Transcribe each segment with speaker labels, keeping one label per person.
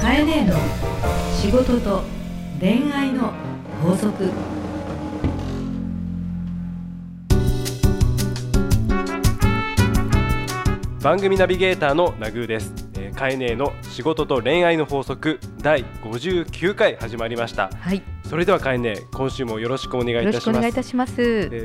Speaker 1: かえねえの仕事と恋愛の法則。
Speaker 2: 番組ナビゲーターのナグーです。かえねえの仕事と恋愛の法則第59回始まりました。
Speaker 1: はい、
Speaker 2: それではかえねえ、今週もよろしくお願いいたします。
Speaker 1: よろしくお願いいたします。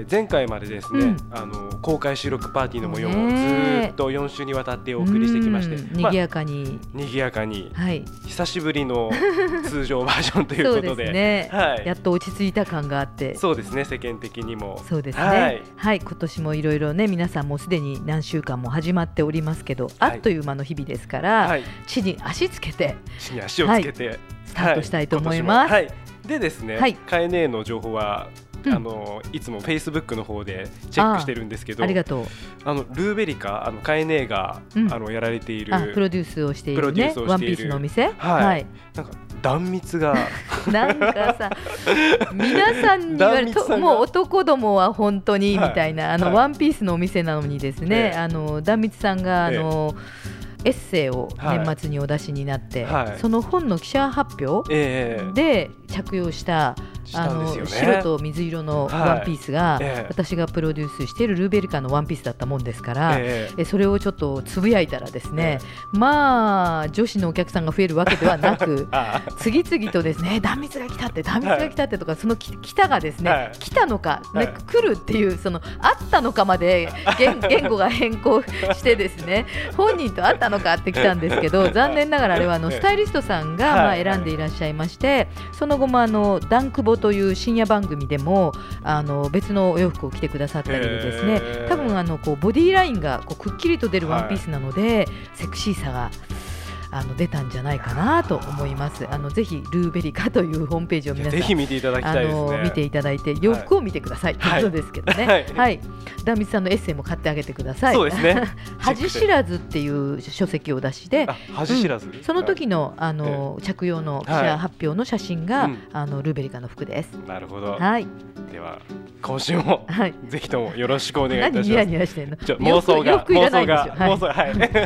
Speaker 2: 前回までですね、公開収録パーティーの模様をずっと4週にわたってお送りしてきまして、
Speaker 1: 賑やかに、
Speaker 2: 賑やかに、
Speaker 1: はい、
Speaker 2: 久しぶりの通常バージョンということで
Speaker 1: そうですね、
Speaker 2: はい、
Speaker 1: やっと落ち着いた感があって、
Speaker 2: そうですね、世間的にも
Speaker 1: そうですね、
Speaker 2: はい
Speaker 1: はい、今年もいろいろね、皆さんもすでに何週間も始まっておりますけど、あっという間の日々ですから、はい、地に足つけて、
Speaker 2: 地に足をつけて、
Speaker 1: スタートしたいと思います。
Speaker 2: はい、でですね、かえねえの情報は、いつも Facebook の方でチェックしてるんですけど、
Speaker 1: ありがとう。
Speaker 2: ルーベリカ、かえねえが、やられている
Speaker 1: プロデュースをしているね、ワンピースのお店、
Speaker 2: はい、なんか断蜜が
Speaker 1: なんかさ、皆さんに言われると、もう男どもは本当にみたいな、ワンピースのお店なのにですね、断蜜さんがエッセイを年末にお出しになって、その本の記者発表で着用した白と水色のワンピースが、私がプロデュースしているルーベリカのワンピースだったもんですから、それをちょっとつぶやいたらですね、まあ女子のお客さんが増えるわけではなく次々とですね、断蜜が来たって断蜜が来たってとか、その来たがですね、来たのか、来るっていう、そのあったのかまで言語が変更してですね、本人とあったのかって来たんですけど、残念ながらあれはスタイリストさんが選んでいらっしゃいまして、その後もダンクボという深夜番組でも別のお洋服を着てくださったりでですね、多分こうボディーラインがこうくっきりと出るワンピースなので、セクシーさが出たんじゃないかなと思います。ぜひルーベリカというホームページを皆さん
Speaker 2: ぜひ見ていただきたいですね。
Speaker 1: 見ていただいて洋服を見てくださいということですけどね。はい、壇蜜さんのエッセイも買ってあげてください。
Speaker 2: そうですね。
Speaker 1: 恥知らずっていう書籍を出して、
Speaker 2: 恥知らず、
Speaker 1: その時の着用の記者発表の写真がルーベリカの服です。
Speaker 2: なるほど。
Speaker 1: はい。
Speaker 2: では今週もぜひともよろしくお願いいたします。
Speaker 1: 何ニヤニヤしてんの？
Speaker 2: 妄想が
Speaker 1: いらないんですよ。
Speaker 2: 妄想が、はい。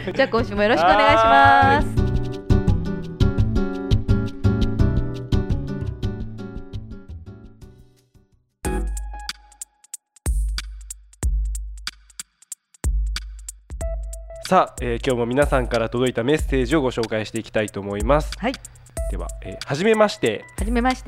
Speaker 1: じゃあ今週もよろしくお願いします。
Speaker 2: さあ、今日も皆さんから届いたメッセージをご紹介していきたいと思います。
Speaker 1: はい。
Speaker 2: では、はじめまして。
Speaker 1: はじめまして。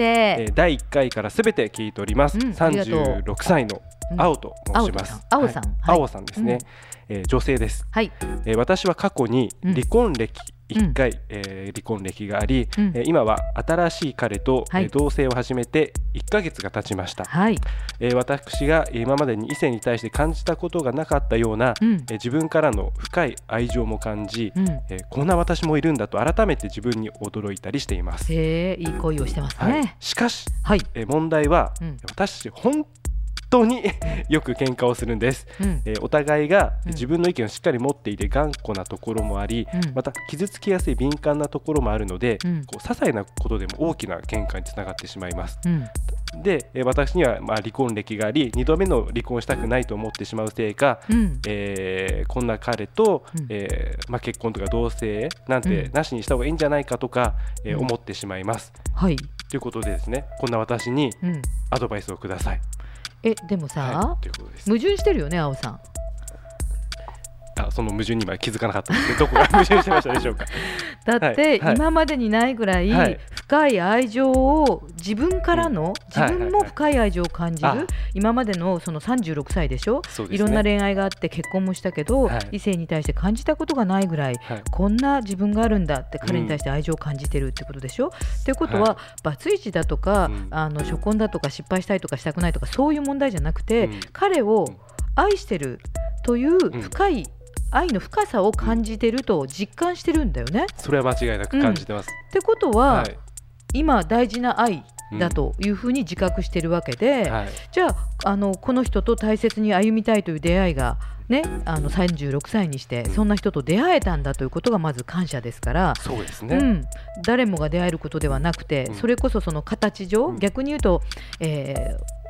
Speaker 2: 第1回からすべて聞いております。36歳の青と申します。
Speaker 1: 青さん。
Speaker 2: 青さんですね。女性です。
Speaker 1: はい。
Speaker 2: 私は過去に離婚歴1回、離婚歴があり、今は新しい彼と、同棲を始めて1ヶ月が経ちました。
Speaker 1: はい。
Speaker 2: 私が今までに異性に対して感じたことがなかったような、自分からの深い愛情も感じ、こんな私もいるんだと改めて自分に驚いたりしています。
Speaker 1: いい恋をしてますね。
Speaker 2: しかし、問題は、私本当によく喧嘩をするんです。お互いが自分の意見をしっかり持っていて頑固なところもあり、また傷つきやすい敏感なところもあるので、些細なことでも大きな喧嘩につながってしまいます。で、私には離婚歴があり、2度目の離婚したくないと思ってしまうせいか、こんな彼と、結婚とか同棲なんてなしにした方がいいんじゃないかとか、思ってしまいます。ということでですね、こんな私にアドバイスをください。
Speaker 1: でもさ、矛盾してるよね、青さん。
Speaker 2: その矛盾に今気づかなかったんですけど、どこが矛盾してましたでしょうか。
Speaker 1: だって、今までにないぐらい深い愛情を自分からの、自分も深い愛情を感じる、今までのその36歳でしょ、いろんな恋愛があって結婚もしたけど、異性に対して感じたことがないぐらい、こんな自分があるんだって彼に対して愛情を感じてるってことでしょ。っていうことは、バツイチだとか、初婚だとか失敗したいとかしたくないとかそういう問題じゃなくて、彼を愛してるという深い愛の深さを感じてると実感してるんだよね。
Speaker 2: それは間違いなく感じてます。
Speaker 1: ってことは、今大事な愛だというふうに自覚してるわけで、じゃあ、この人と大切に歩みたいという出会いがね、36歳にしてそんな人と出会えたんだということがまず感謝ですから、
Speaker 2: そうですね、
Speaker 1: 誰もが出会えることではなくて、それこそその形上、逆に言うと、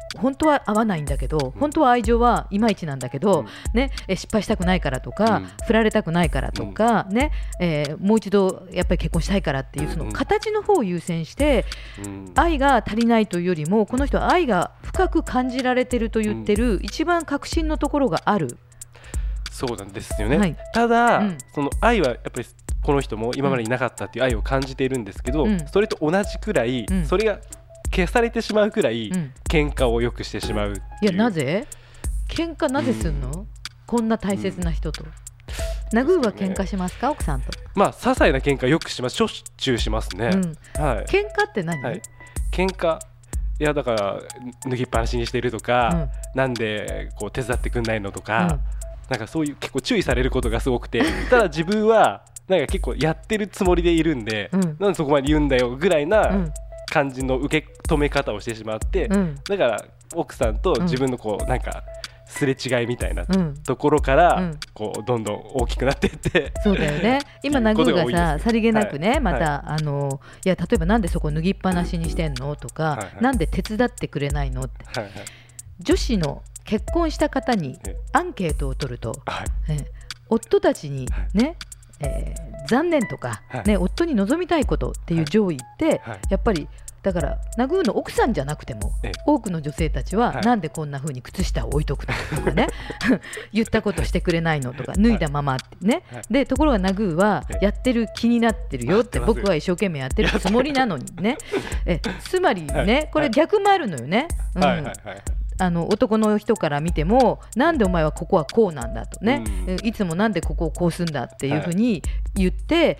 Speaker 1: 本当は合わないんだけど、本当は愛情はいまいちなんだけど、ね、失敗したくないからとか、振られたくないからとか、ね、もう一度やっぱり結婚したいからっていうその形の方を優先して、愛が足りないというよりもこの人は愛が深く感じられてると言ってる、一番確信のところがある。
Speaker 2: そうなんですよね、ただ、その愛はやっぱりこの人も今までいなかったっていう愛を感じているんですけど、それと同じくらい、それが消されてしまうくらい、喧嘩をよくしてしまうっていう。
Speaker 1: いや、なぜ喧嘩なぜすんの、こんな大切な人と。ナグーは喧嘩しますか、奥さんと。
Speaker 2: 些細な喧嘩よくします。しょっちゅうしますね、
Speaker 1: 喧嘩って何、
Speaker 2: 喧嘩、いやだから脱ぎっぱなしにしてるとか、なんでこう手伝ってくんないのとか、なんかそういう結構注意されることがすごくてただ自分はなんか結構やってるつもりでいるんで、なんでそこまで言うんだよぐらいな感じの受け止め方をしてしまって、だから奥さんと自分のこうなんかすれ違いみたいなところからこうどんどん大きくなっていって、
Speaker 1: そうだよね。今ナグーがさ、さりげなくね、またいや例えばなんでそこ脱ぎっぱなしにしてんのとか、なんで手伝ってくれないのって、女子の結婚した方にアンケートを取ると、夫たちにね、残念とか、夫に望みたいことっていう上位って、やっぱりだからナグーの奥さんじゃなくても、多くの女性たちは、なんでこんな風に靴下を置いとくのとかね言ったことしてくれないのとか、脱いだままってね、でところがナグーはやってる気になってるよって、僕は一生懸命やってるつもりなのにねつまりね、これ逆もあるのよね。男の人から見ても、なんでお前はここはこうなんだとね、いつもなんでここをこうすんだっていうふうに言って、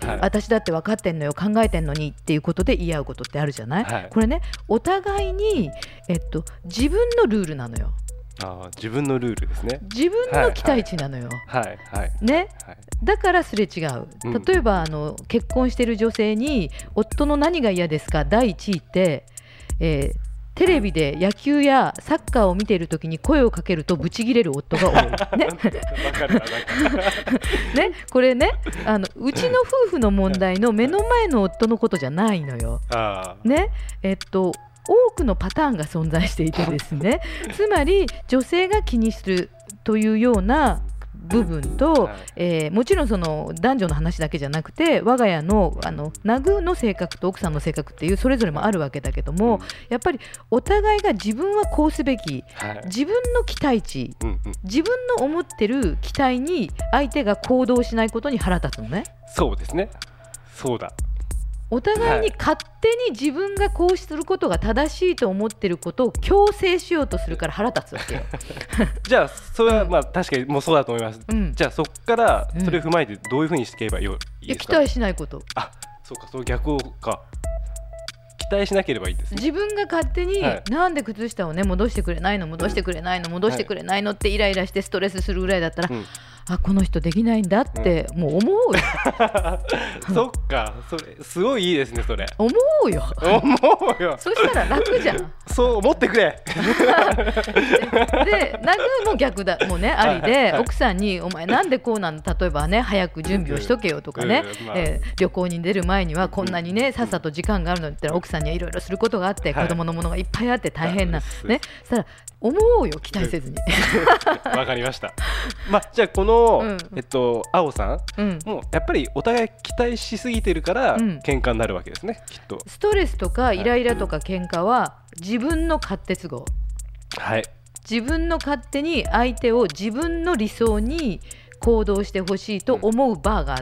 Speaker 1: 私だって分かってんのよ、考えてんのにっていうことで言い合うことってあるじゃない、これね、お互いに、自分のルールなのよ。
Speaker 2: 自分のルールですね。
Speaker 1: 自分の期待値なのよ、だからすれ違う。例えば結婚している女性に夫の何が嫌ですか第一位って、テレビで野球やサッカーを見ているときに声をかけるとブチギレる夫が多い、ねね、これね、うちの夫婦の問題の目の前の夫のことじゃないのよ。ね、多くのパターンが存在していてですねつまり女性が気にするというような部分と、もちろんその男女の話だけじゃなくて、我が家のナグーの性格と奥さんの性格っていうそれぞれもあるわけだけども、やっぱりお互いが自分はこうすべき、自分の期待値、自分の思ってる期待に相手が行動しないことに腹立つのね。
Speaker 2: そうですね、そうだ。
Speaker 1: お互いに勝手に自分がこうすることが正しいと思ってることを強制しようとするから腹立つわけよ
Speaker 2: じゃあそれは確かにもうそうだと思います、じゃあそこからそれを踏まえてどういうふうにしていけばいいですか。
Speaker 1: 期待しないこと。
Speaker 2: そうか、その逆か、期待しなければいいですね。
Speaker 1: 自分が勝手に、なんで靴下をね戻してくれないの戻してくれないの戻してくれないのってイライラしてストレスするぐらいだったら、この人できないんだって、もう思うよ
Speaker 2: そっか、それすごいいいですね。それ
Speaker 1: 思うよそしたら楽じゃん
Speaker 2: そう思ってくれ
Speaker 1: でナグーも逆だもうね、ありで、奥さんにお前なんでこうなの、例えばね早く準備をしとけよとかね、旅行に出る前にはこんなにねさっさと時間があるのにって言ったら、奥さんにはいろいろすることがあって、子供のものがいっぱいあって大変なね、そしたら思うよ、期待せずに
Speaker 2: わかりましたじゃあこの青さん、もうやっぱりお互い期待しすぎてるから喧嘩になるわけですね、きっと。
Speaker 1: ストレスとかイライラとか喧嘩は自分の勝手都合、自分の勝手に相手を自分の理想に行動してほしいと思うバーがあって、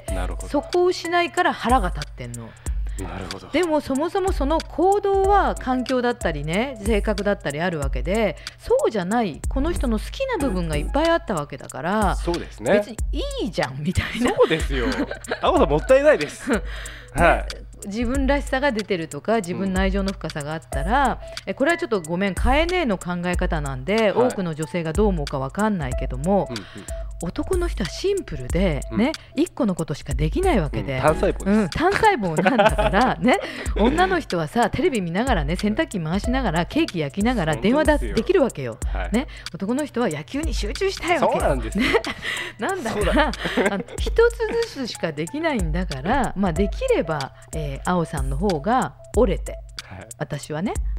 Speaker 1: そこをしないから腹が立ってんの。
Speaker 2: なるほど。
Speaker 1: でもそもそもその行動は環境だったりね、性格だったりあるわけで、そうじゃないこの人の好きな部分がいっぱいあったわけだから、
Speaker 2: そうですね、
Speaker 1: 別にいいじゃんみたいな。
Speaker 2: そうですよ青さんもったいないです
Speaker 1: 自分らしさが出てるとか、自分の愛情の深さがあったら、これはちょっとごめん、変えねえの考え方なんで、多くの女性がどう思うか分かんないけども、男の人はシンプルでね、一個のことしかできないわけで、
Speaker 2: 単細胞です、
Speaker 1: 単細胞なんだからね女の人はさ、テレビ見ながらね、洗濯機回しながらケーキ焼きながら電話できるわけよ、ね、男の人は野球に集中したいわけよ。
Speaker 2: そうなんですよ、
Speaker 1: なんだから一つずつしかできないんだから、できれば、青さんの方が折れて、私はね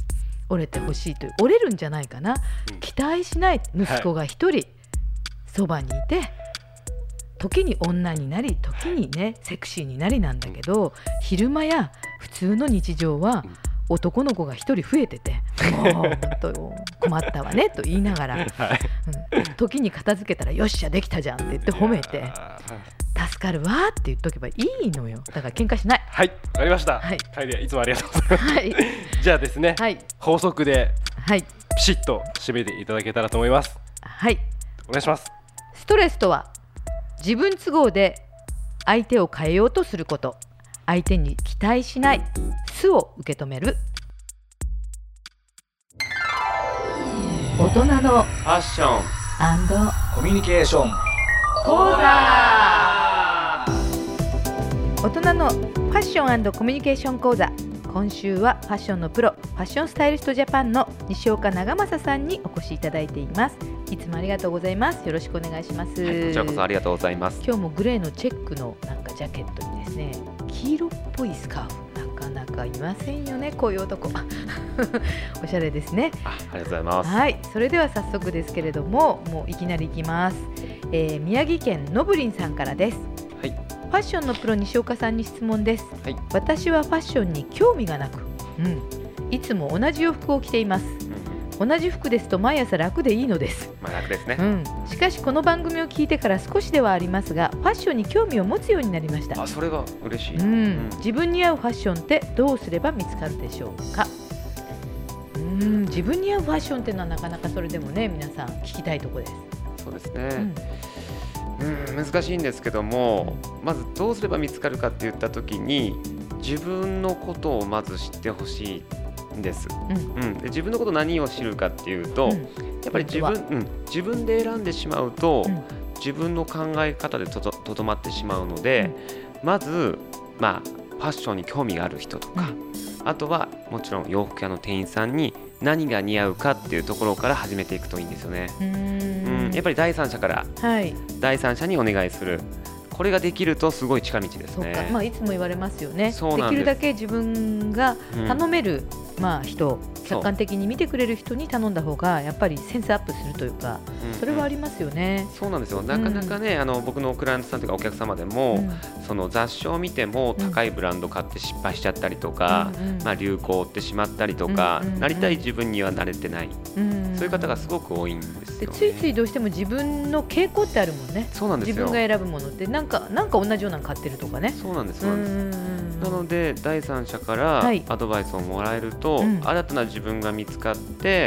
Speaker 1: 折れてほしいという、折れるんじゃないかな、期待しない。息子が一人そばにいて、時に女になり時にねセクシーになりなんだけど、昼間や普通の日常は男の子が一人増えてて、もう本当困ったわねと言いながら、時に片付けたらよっしゃできたじゃんって言って褒めて、助かるわって言っとけばいいのよ。だから喧嘩しない。
Speaker 2: はい、わかりました。はい、いつもありがとうございます。はい、じゃあですね、はい、法則でピシッと締めていただけたらと思います。はい、お願いします。
Speaker 1: ストレスとは自分都合で相手を変えようとすること、相手に期待しない、素を受け止める。大人の
Speaker 2: ファッション
Speaker 3: &コミュニケーション
Speaker 1: 講座。大人のファッション&コミュニケーション講座。今週はファッションのプロ、ファッションスタイリストジャパンの西岡長政さんにお越しいただいています。いつもありがとうございます。よろしくお願いします。
Speaker 3: はい、こちらこそありがとうございます。
Speaker 1: 今日もグレーのチェックのなんかジャケットにですね、黄色っぽいスカーフ、なかなかいませんよね、こういう男おしゃれですね。
Speaker 3: ありがとうございます。
Speaker 1: はい、それでは早速ですけれども、もういきなりいきます。宮城県のぶりんさんからです。はい、ファッションのプロ西岡さんに質問です。はい、私はファッションに興味がなく、いつも同じ洋服を着ています。同じ服ですと毎朝楽でいいのです。
Speaker 3: 楽ですね。
Speaker 1: しかしこの番組を聞いてから少しではありますが、ファッションに興味を持つようになりました。
Speaker 3: それが嬉しい。
Speaker 1: 自分に合うファッションってどうすれば見つかるでしょうか。自分に合うファッションっていうのはなかなかそれでもね、皆さん聞きたいところです。
Speaker 3: そうですね。難しいんですけども、まずどうすれば見つかるかって言った時に、自分のことをまず知ってほしいんです。で自分のこと何を知るかっていうと、やっぱり自分で選んでしまうと、自分の考え方でとどまってしまうので、まずファッションに興味がある人とか、あとはもちろん洋服屋の店員さんに何が似合うかっていうところから始めていくといいんですよね。やっぱり第三者から、第三者にお願いする、これができるとすごい近道ですね。
Speaker 1: そうか、いつも言われますよね。できるだけ自分が頼める、人、客観的に見てくれる人に頼んだ方がやっぱりセンスアップするというか、それはありますよね。
Speaker 3: そうなんですよ。なかなかね、僕のクライアントさんというかお客様でも、その雑誌を見ても高いブランド買って失敗しちゃったりとか、流行を追ってしまったりとか、なりたい自分にはなれてない、そういう方がすごく多いんですよね。
Speaker 1: ついついどうしても自分の傾向ってあるもんね。
Speaker 3: そうなんですよ。
Speaker 1: 自分が選ぶものってなんか同じようなの買ってるとかね。
Speaker 3: そうなんです。なので第三者からアドバイスをもらえると、新たな自分が見つかって、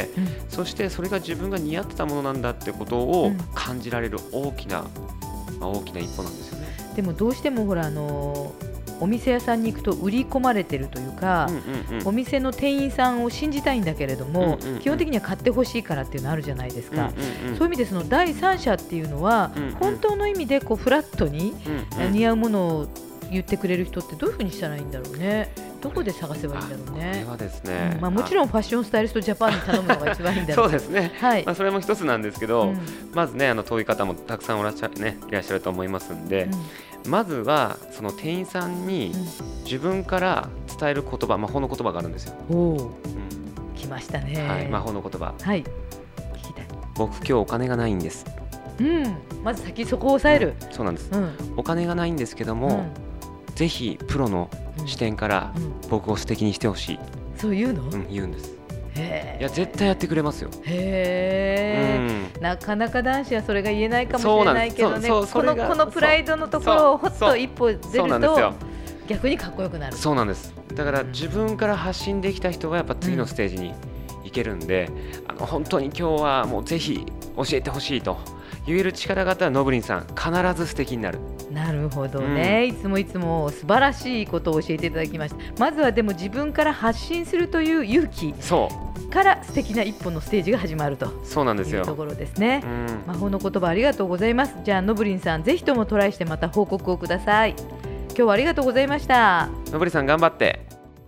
Speaker 3: そしてそれが自分が似合ってたものなんだってことを感じられる大きな一歩なんですよね。
Speaker 1: でもどうしてもほらお店屋さんに行くと売り込まれてるというか、お店の店員さんを信じたいんだけれども、基本的には買ってほしいからっていうのあるじゃないですか。そういう意味でその第三者っていうのは、本当の意味でフラットに似合うものを言ってくれる人ってどういうふうにしたらいいんだろうね。どこで探せばいいんだろうね。
Speaker 3: これはですね、
Speaker 1: もちろんファッションスタイリストジャパンに頼むのが一番いいんだろう。
Speaker 3: そうですね。それも一つなんですけど、まずね、遠い方もたくさんいらっしゃると思いますんで、まずはその店員さんに自分から伝える言葉、魔法の言葉があるんですよ。
Speaker 1: 来ましたね。
Speaker 3: 魔法の言葉。
Speaker 1: 聞きたい。
Speaker 3: 僕今日お金がないんです。
Speaker 1: まず先そこを抑える。
Speaker 3: そうなんです。お金がないんですけども、ぜひプロの視点から僕を素敵にしてほしい。
Speaker 1: そう言うの？
Speaker 3: 言うんです。いや絶対やってくれますよ。
Speaker 1: なかなか男子はそれが言えないかもしれないけどね。このプライドのところをほっと一歩出ると逆にかっこよくなる。
Speaker 3: そうなんです。だから自分から発信できた人がやっぱ次のステージに行けるんで、本当に今日はもうぜひ教えてほしいと言える力があったら、のぶりんさん必ず素敵になる。
Speaker 1: なるほどね、いつも素晴らしいことを教えていただきました。まずはでも自分から発信するという勇気から素敵な一歩のステージが始まると。
Speaker 3: そうなんですよ。
Speaker 1: いうところですね。魔法の言葉ありがとうございます。じゃあのぶりんさん、ぜひともトライしてまた報告をください。今日はありがとうございました。
Speaker 3: のぶりさん頑張って。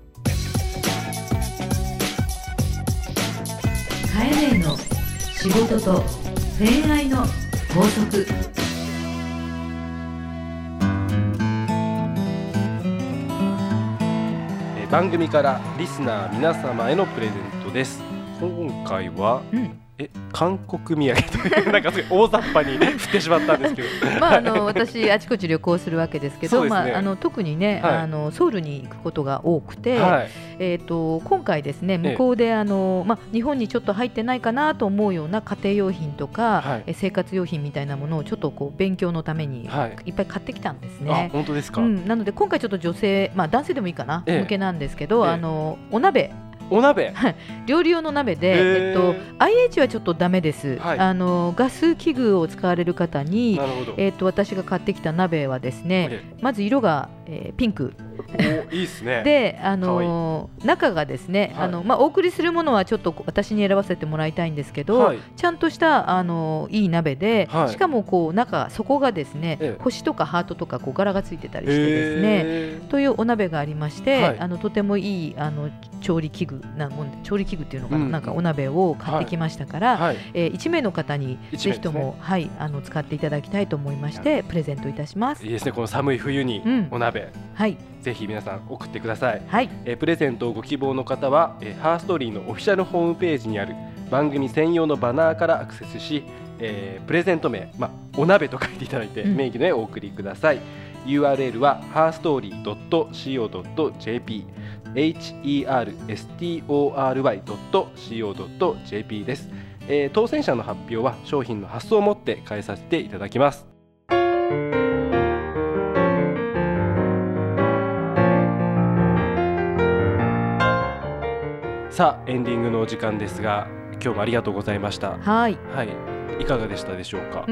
Speaker 1: カエネの仕事と恋愛の法則。
Speaker 2: 番組からリスナー皆様へのプレゼントです。今回は、韓国土産というなんかすごい大雑把に振ってしまったんですけど
Speaker 1: 私あちこち旅行するわけですけど、特にね、ソウルに行くことが多くて、今回ですね向こうで日本にちょっと入ってないかなと思うような家庭用品とか、生活用品みたいなものをちょっとこう勉強のためにいっぱい買ってきたんですね。
Speaker 2: 本当ですか。
Speaker 1: なので今回ちょっと女性、男性でもいいかな、向けなんですけど、お鍋料理用の鍋で、IH はちょっとダメです、ガス器具を使われる方に、私が買ってきた鍋はですね、まず色が、ピンク
Speaker 2: いいですね。
Speaker 1: で、中がですね、お送りするものはちょっと私に選ばせてもらいたいんですけど、ちゃんとしたいい鍋で、しかもこう底がですね、星とかハートとかこう柄がついてたりしてですね、というお鍋がありまして、とてもいい調理器具調理器具っていうのかな、なんかお鍋を買ってきましたから、1名の方にぜひとも、使っていただきたいと思いましてプレゼントいたします。
Speaker 2: いいですね、この寒い冬にお鍋、ぜひ皆さん送ってください。プレゼントをご希望の方は、ハーストーリーのオフィシャルホームページにある番組専用のバナーからアクセスし、プレゼント名、お鍋と書いていただいて、名義でお送りください。URL は herstory.co.jp herstory.co.jp です。当選者の発表は商品の発送をもって返させていただきます。さあエンディングのお時間ですが、今日もありがとうございました。いかがでしたでしょうか。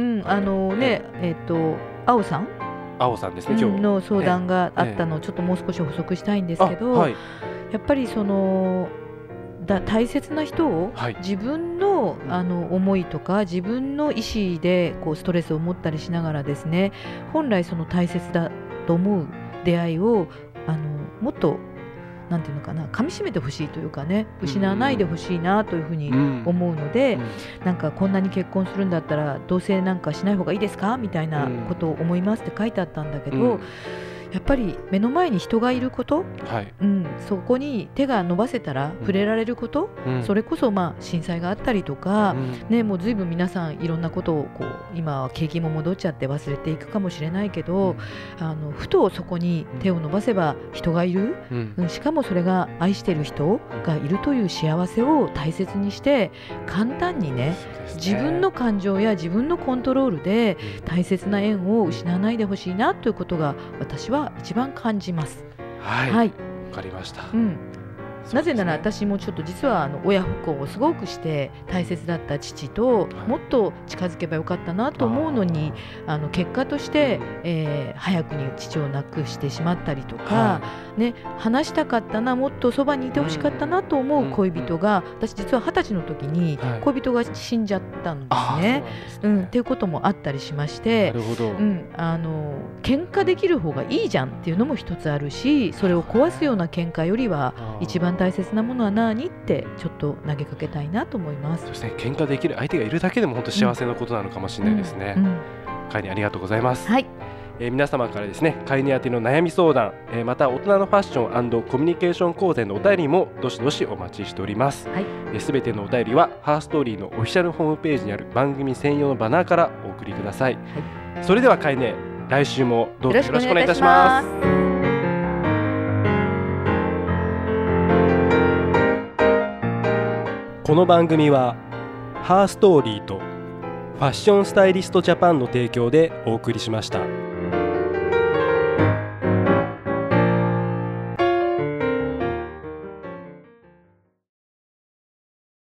Speaker 1: 青さん
Speaker 2: ですね、今日
Speaker 1: の相談があったのをちょっともう少し補足したいんですけど、やっぱり大切な人を、自分の思いとか自分の意思でこうストレスを持ったりしながらですね、本来その大切だと思う出会いをもっとなんていうのかな、噛み締めてほしいというかね、失わないでほしいなというふうに思うので、なんかこんなに結婚するんだったら同棲なんかしない方がいいですかみたいなことを思いますって書いてあったんだけど、やっぱり目の前に人がいること、そこに手が伸ばせたら触れられること、それこそ震災があったりとか、もう随分皆さんいろんなことをこう今は景気も戻っちゃって忘れていくかもしれないけど、ふとそこに手を伸ばせば人がいる、しかもそれが愛している人がいるという幸せを大切にして、簡単にね、自分の感情や自分のコントロールで大切な縁を失わないでほしいなということが私は一番感じます。
Speaker 2: わかりました。
Speaker 1: なぜなら私もちょっと実は親不孝をすごくして大切だった父ともっと近づけばよかったなと思うのに、結果として、早くに父を亡くしてしまったりとか、話したかったな、もっとそばにいてほしかったなと思う恋人が、私実は20歳の時に恋人が死んじゃったんですね。っていうこともあったりしまして、喧嘩できる方がいいじゃんっていうのも一つあるし、それを壊すような喧嘩よりは一番大切なものは何ってちょっと投げかけたいなと思います。
Speaker 2: そうですね、喧嘩できる相手がいるだけでも本当幸せなことなのかもしれないですね。カイネありがとうございます。皆様からですね、カイネ宛ての悩み相談、また大人のファッション&コミュニケーション講座のお便りもどしどしお待ちしております。すべてのお便りはハーストーリーのオフィシャルホームページにある番組専用のバナーからお送りください。それではカイネ、来週もどうぞよろしくお願いいたします。この番組はハーストーリーとファッションスタイリストジャパンの提供でお送りしました。